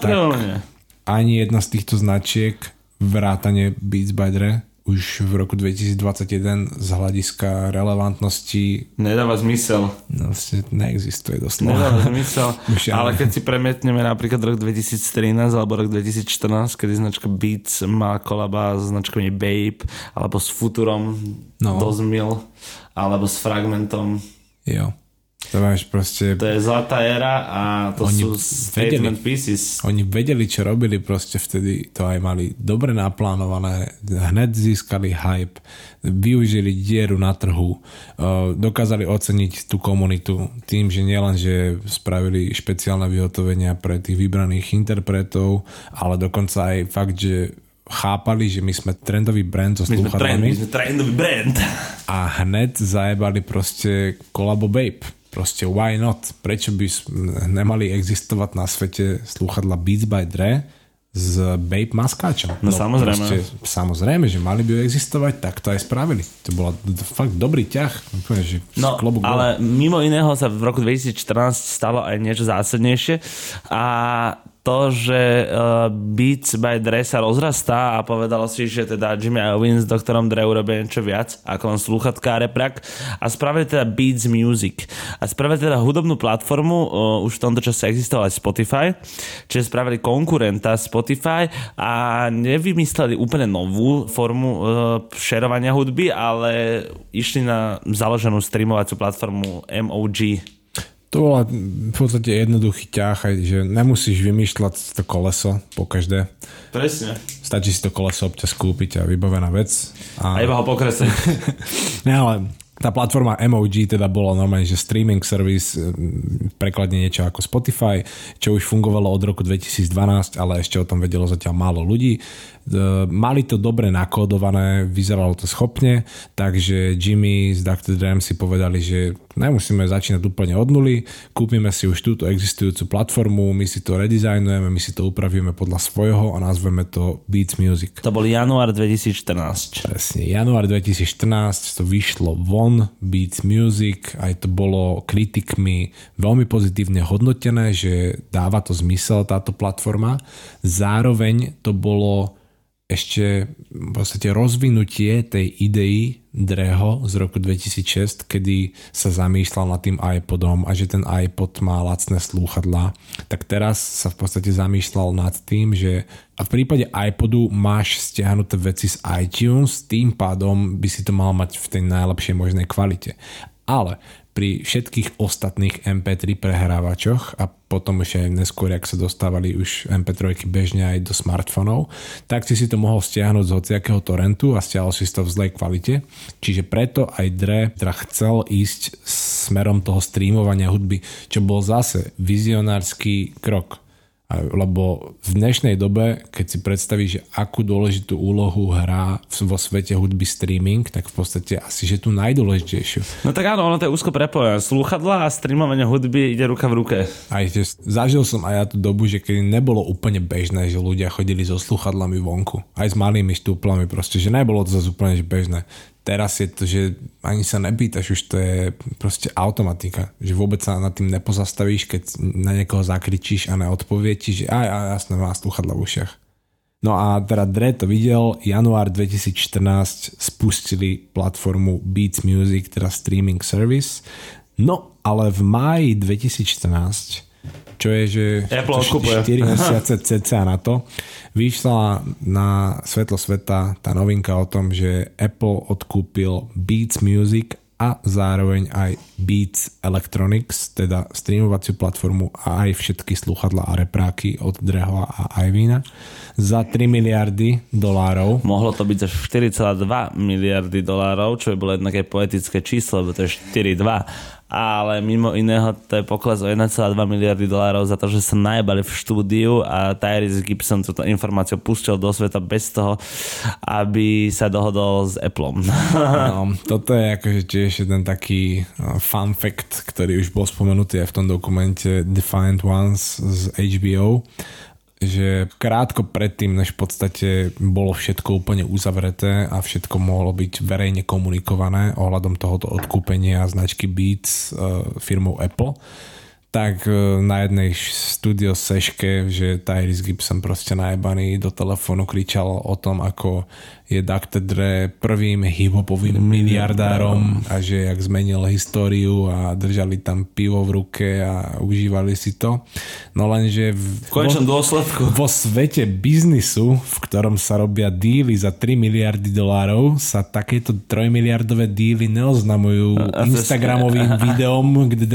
Ani jedna z týchto značiek vrátane Beats by Dre už v roku 2021 z hľadiska relevantnosti nedáva zmysel. No, neexistuje doslova. Nedáva zmysel. Ale keď si premietneme napríklad rok 2013 alebo rok 2014, kedy značka Beats má kolaba s značkami Babe alebo s Futurom Dozmil alebo s Fragmentom. Jo. To máš proste... To je zlatá éra a to sú statement pieces. Oni vedeli, čo robili, proste vtedy to aj mali dobre naplánované, hneď získali hype, využili dieru na trhu, dokázali oceniť tú komunitu tým, že nielen, že spravili špeciálne vyhotovenia pre tých vybraných interpretov, ale dokonca aj fakt, že chápali, že my sme trendový brand so slúchadlami. My sme trendový brand. A hneď zajebali proste kolabo Babe. Proste why not? Prečo by nemali existovať na svete slúchadla Beats by Dre s Babe maskáčom? No samozrejme. Proste, samozrejme, že mali by existovať, tak to aj spravili. To bola fakt dobrý ťah. No, ale mimo iného sa v roku 2014 stalo aj niečo zásadnejšie a to, že Beats by Dre sa rozrastá a povedalo si, že teda Jimmy Iovine s doktorom Dre urobia niečo viac ako len slúchatka a reprak a spravili teda Beats Music a spravili teda hudobnú platformu, už v tomto čase existoval aj Spotify, čiže spravili konkurenta Spotify a nevymysleli úplne novú formu šerovania hudby, ale išli na založenú streamovaciu platformu MOG. To bola v podstate jednoduchý ťah, že nemusíš vymýšľať to koleso po každé. Presne. Stačí si to koleso občas kúpiť a vybavená vec. A iba ho pokresliť. Ale tá platforma MOG teda bola normálne, že streaming service, prekladne niečo ako Spotify, čo už fungovalo od roku 2012, ale ešte o tom vedelo zatiaľ málo ľudí. Mali to dobre nakódované, vyzeralo to schopne, takže Jimmy s Dr. Dre si povedali, že nemusíme začínať úplne od nuly, kúpime si už túto existujúcu platformu, my si to redizajnujeme, my si to upravíme podľa svojho a nazveme to Beats Music. To bol január 2014. Presne, január 2014 to vyšlo von, Beats Music, aj to bolo kritikmi veľmi pozitívne hodnotené, že dáva to zmysel táto platforma. Zároveň to bolo ešte v podstate rozvinutie tej idei Dreho z roku 2006, kedy sa zamýšľal nad tým iPodom a že ten iPod má lacné slúchadlá, tak teraz sa v podstate zamýšľal nad tým, že a v prípade iPodu máš stiahnuté veci z iTunes, tým pádom by si to mal mať v tej najlepšej možnej kvalite. Ale pri všetkých ostatných MP3 prehrávačoch a potom už aj neskôr, ak sa dostávali už MP3 bežne aj do smartfónov, tak si to mohol stiahnuť z hociakého torrentu a stiahol si to v zlej kvalite. Čiže preto aj Dre chcel ísť smerom toho streamovania hudby, čo bol zase vizionársky krok. Lebo v dnešnej dobe, keď si predstavíš, že akú dôležitú úlohu hrá vo svete hudby streaming, tak v podstate asi, že tú najdôležitejšiu. No tak áno, ono to je úzko prepojené. Slúchadlá a streamovanie hudby ide ruka v ruke. Aj zažil som aj ja tú dobu, že keď nebolo úplne bežné, že ľudia chodili so slúchadlami vonku. Aj s malými štúplami proste, že nebolo to zase úplne bežné. Teraz je to, že ani sa nepýtaš, už to je proste automatika. Že vôbec sa nad tým nepozastavíš, keď na niekoho zakričíš a neodpovie ti, že jasné, má slúchadla v ušiach. No a teda Dre to videl, január 2014 spustili platformu Beats Music, teda streaming service. No, ale v máji 2014, čo je, že 4 mesiace cca na to, vyšla na svetlo sveta tá novinka o tom, že Apple odkúpil Beats Music a zároveň aj Beats Electronics, teda streamovaciu platformu a aj všetky slúchadlá a repráky od Dreho a Ivina za $3 miliardy. Mohlo to byť za 4,2 miliardy dolárov, čo by bolo jednak aj poetické číslo, lebo to je 4,2. Ale mimo iného to je pokles o 1,2 miliardy dolárov za to, že sa najebali v štúdiu a Tyrese Gibson túto informáciu pustil do sveta bez toho, aby sa dohodol s Appleom. No, toto je akože tiež jeden taký fun fact, ktorý už bol spomenutý aj v tom dokumente Defiant Ones z HBO, že krátko predtým, než v podstate bolo všetko úplne uzavreté a všetko mohlo byť verejne komunikované ohľadom tohoto odkúpenia značky Beats firmou Apple, tak na jednej studio seške, že Tyrese Gibson proste najebaný do telefónu kričal o tom, ako je Dr. Dre prvým hip-hopovým miliardárom a že jak zmenil históriu a držali tam pivo v ruke a užívali si to. No lenže v konečnom dôsledku vo svete biznisu, v ktorom sa robia díly za $3 miliardy, sa takéto 3 miliardové díly neoznamujú Instagramovým videom,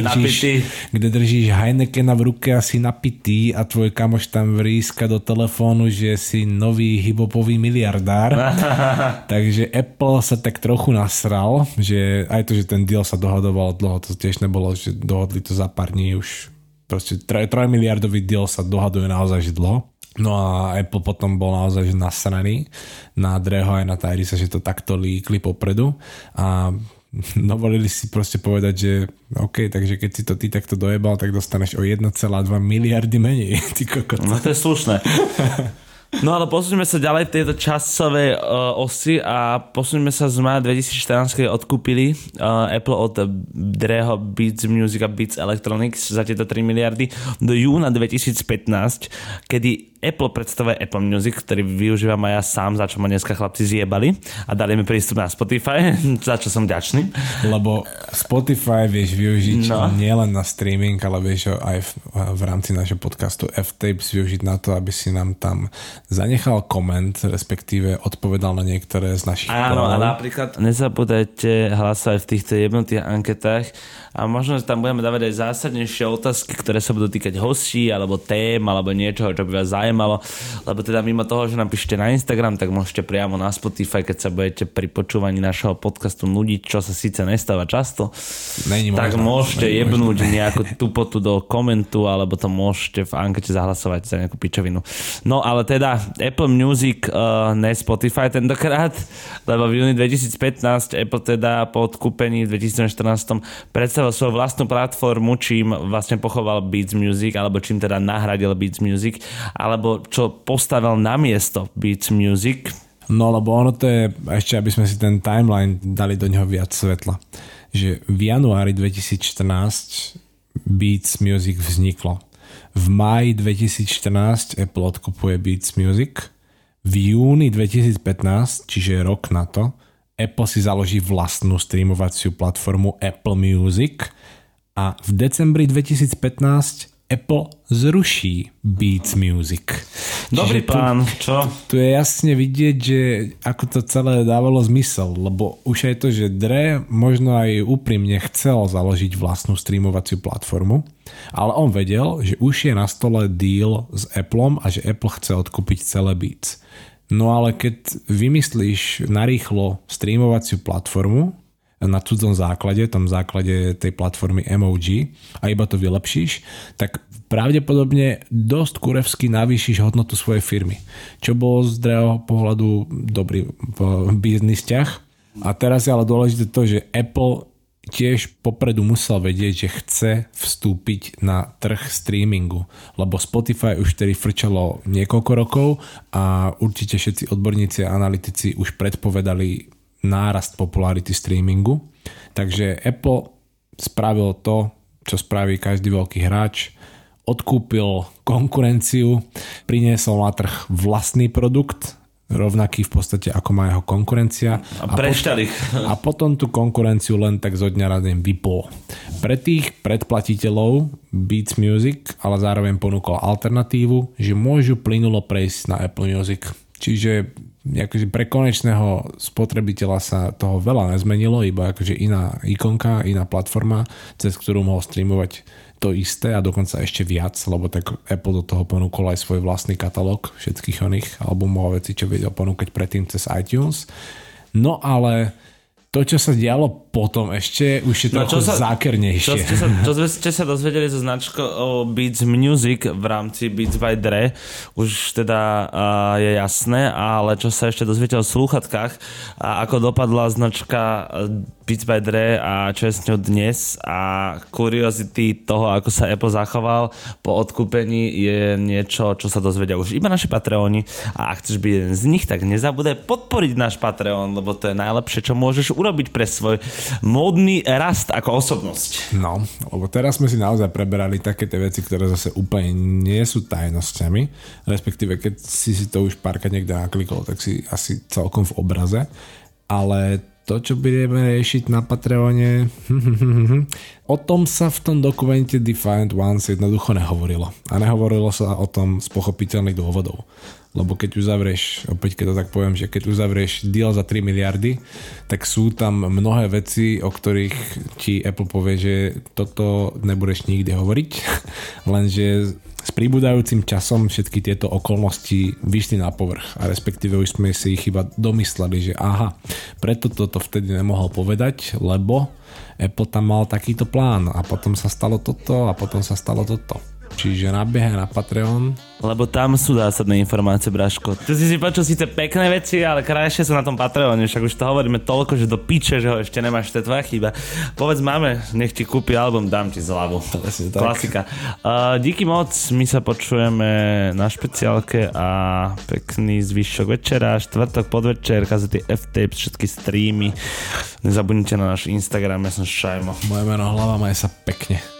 kde držíš Heinekena v ruke a si napitý a tvoj kamoš tam vríska do telefónu, že si nový hip-hopový miliardár. Takže Apple sa tak trochu nasral, že aj to, že ten deal sa dohodoval dlho, to tiež nebolo, že dohodli to za pár dní, už proste 3 miliardový deal sa dohaduje naozaj dlho. No a Apple potom bol naozaj nasraný na Dreho aj na Tyrese, že to takto líkli popredu a dovolili si proste povedať, že OK, takže keď si to ty takto dojebal, tak dostaneš o 1,2 miliardy menej. Ty kokot. No to je slušné. No ale posuňme sa ďalej v tejto časovej osi a posuňme sa z maja 2014, keď odkúpili Apple od Dreho Beats Music a Beats Electronics za tieto 3 miliardy do júna 2015, kedy Apple predstavuje Apple Music, ktorý využívam aj ja sám, za čo ma dneska chlapci zjebali a dali mi prístup na Spotify, za čo som vďačný. Lebo Spotify vieš využiť nielen na streaming, ale vieš ho aj v rámci našho podcastu F-Tapes využiť na to, aby si nám tam zanechal koment, respektíve odpovedal na niektoré z našich Áno, a napríklad nezabudajte hlasovať v týchto jednotých anketách a možno tam budeme dávať aj zásadnejšie otázky, ktoré sa budú týkať hostí, alebo tém, alebo niečoho, čo by vás zaujímalo, lebo teda mimo toho, že nám píšte na Instagram, tak môžete priamo na Spotify, keď sa budete pri počúvaní našeho podcastu nudiť, čo sa síce nestáva často, tak môžete jebnúť nejakú tupotu do komentu, alebo to môžete v ankete zahlasovať za nejakú pičovinu. No ale teda Apple Music, ne Spotify tentokrát, lebo v júni 2015 Apple teda po odkúpení v 2014 predstavil svoju vlastnú platformu, čím vlastne pochoval Beats Music, alebo čím teda nahradil Beats Music, alebo čo postavil na miesto Beats Music. No lebo ono to je, ešte aby sme si ten timeline dali do neho viac svetla, že v januári 2014 Beats Music vzniklo. V máji 2014 Apple odkupuje Beats Music. V júni 2015, čiže rok na to, Apple si založí vlastnú streamovaciu platformu Apple Music a v decembri 2015 Apple zruší Beats Music. Dobrý plán, čo? Tu je jasne vidieť, že ako to celé dávalo zmysel, lebo už aj to, že Dre možno aj úprimne chcel založiť vlastnú streamovaciu platformu, ale on vedel, že už je na stole deal s Appleom a že Apple chce odkúpiť celé Beats. No ale keď vymyslíš narýchlo streamovaciu platformu, na cudzom základe, tom základe tej platformy MOG a iba to vylepšíš, tak pravdepodobne dosť kurevsky navýšiš hodnotu svojej firmy. Čo bol z druhého pohľadu dobrý biznis ťah. A teraz je ale dôležité to, že Apple tiež popredu musel vedieť, že chce vstúpiť na trh streamingu, lebo Spotify už vtedy frčalo niekoľko rokov a určite všetci odborníci a analytici už predpovedali nárast popularity streamingu. Takže Apple spravil to, čo spraví každý veľký hráč, odkúpil konkurenciu, priniesol na trh vlastný produkt, rovnaký v podstate ako má jeho konkurencia a potom tú konkurenciu len tak zo dňa na deň vypol. Pre tých predplatiteľov Beats Music ale zároveň ponúkol alternatívu, že môžu plynulo prejsť na Apple Music. Čiže akože pre konečného spotrebiteľa sa toho veľa nezmenilo, iba akože iná ikonka, iná platforma, cez ktorú mohol streamovať to isté a dokonca ešte viac, lebo tak Apple do toho ponúkol aj svoj vlastný katalóg všetkých oných albumov a vecí, čo vedel ponúkať predtým cez iTunes. No ale to, čo sa dialo potom ešte, už je trochu zákernejšie. Čo sa dozvedeli zo značkou Beats Music v rámci Beats by Dre, už teda je jasné, ale čo sa ešte dozvedeli o slúchatkách a ako dopadla značka Beats by Dre a čo je s ňou dnes a kuriozity toho, ako sa Apple zachoval po odkúpení je niečo, čo sa dozvedia už iba naši Patreoni a ak chceš byť jeden z nich, tak nezabudaj podporiť náš Patreon, lebo to je najlepšie, čo môžeš urobiť pre svoj módny rast ako osobnosť. No, lebo teraz sme si naozaj preberali také tie veci, ktoré zase úplne nie sú tajnosťami, respektíve keď si to už párkrát niekde naklikol, tak si asi celkom v obraze, ale to, čo budeme riešiť na Patreone, o tom sa v tom dokumente Defiant Ones jednoducho nehovorilo. A nehovorilo sa o tom z pochopiteľných dôvodov. Lebo keď uzavrieš, opäť keď to tak poviem, že keď uzavrieš deal za 3 miliardy, tak sú tam mnohé veci, o ktorých ti Apple povie, že toto nebudeš nikdy hovoriť. Lenže s pribúdajúcim časom všetky tieto okolnosti vyšli na povrch a respektíve už sme si ich iba domysleli, že aha, preto toto vtedy nemohol povedať, lebo Apple tam mal takýto plán a potom sa stalo toto a potom sa stalo toto. Čiže nabiehaj na Patreon. Lebo tam sú zásadné informácie, Braško. Ty si počul síce pekné veci, ale krajšie sú na tom Patreone. Však už to hovoríme toľko, že do piče, že ho ešte nemáš, to je tvoja chyba. Povedz máme, nech ti kúpi album, dám ti zľavu. Klasika. Díky moc, my sa počujeme na špeciálke a pekný zvyšok večera, štvrtok, podvečer, kazety F-Tapes, všetky streamy. Nezabudnite na náš Instagram, ja som Šajmo. Moje meno Hlava, maj sa pekne.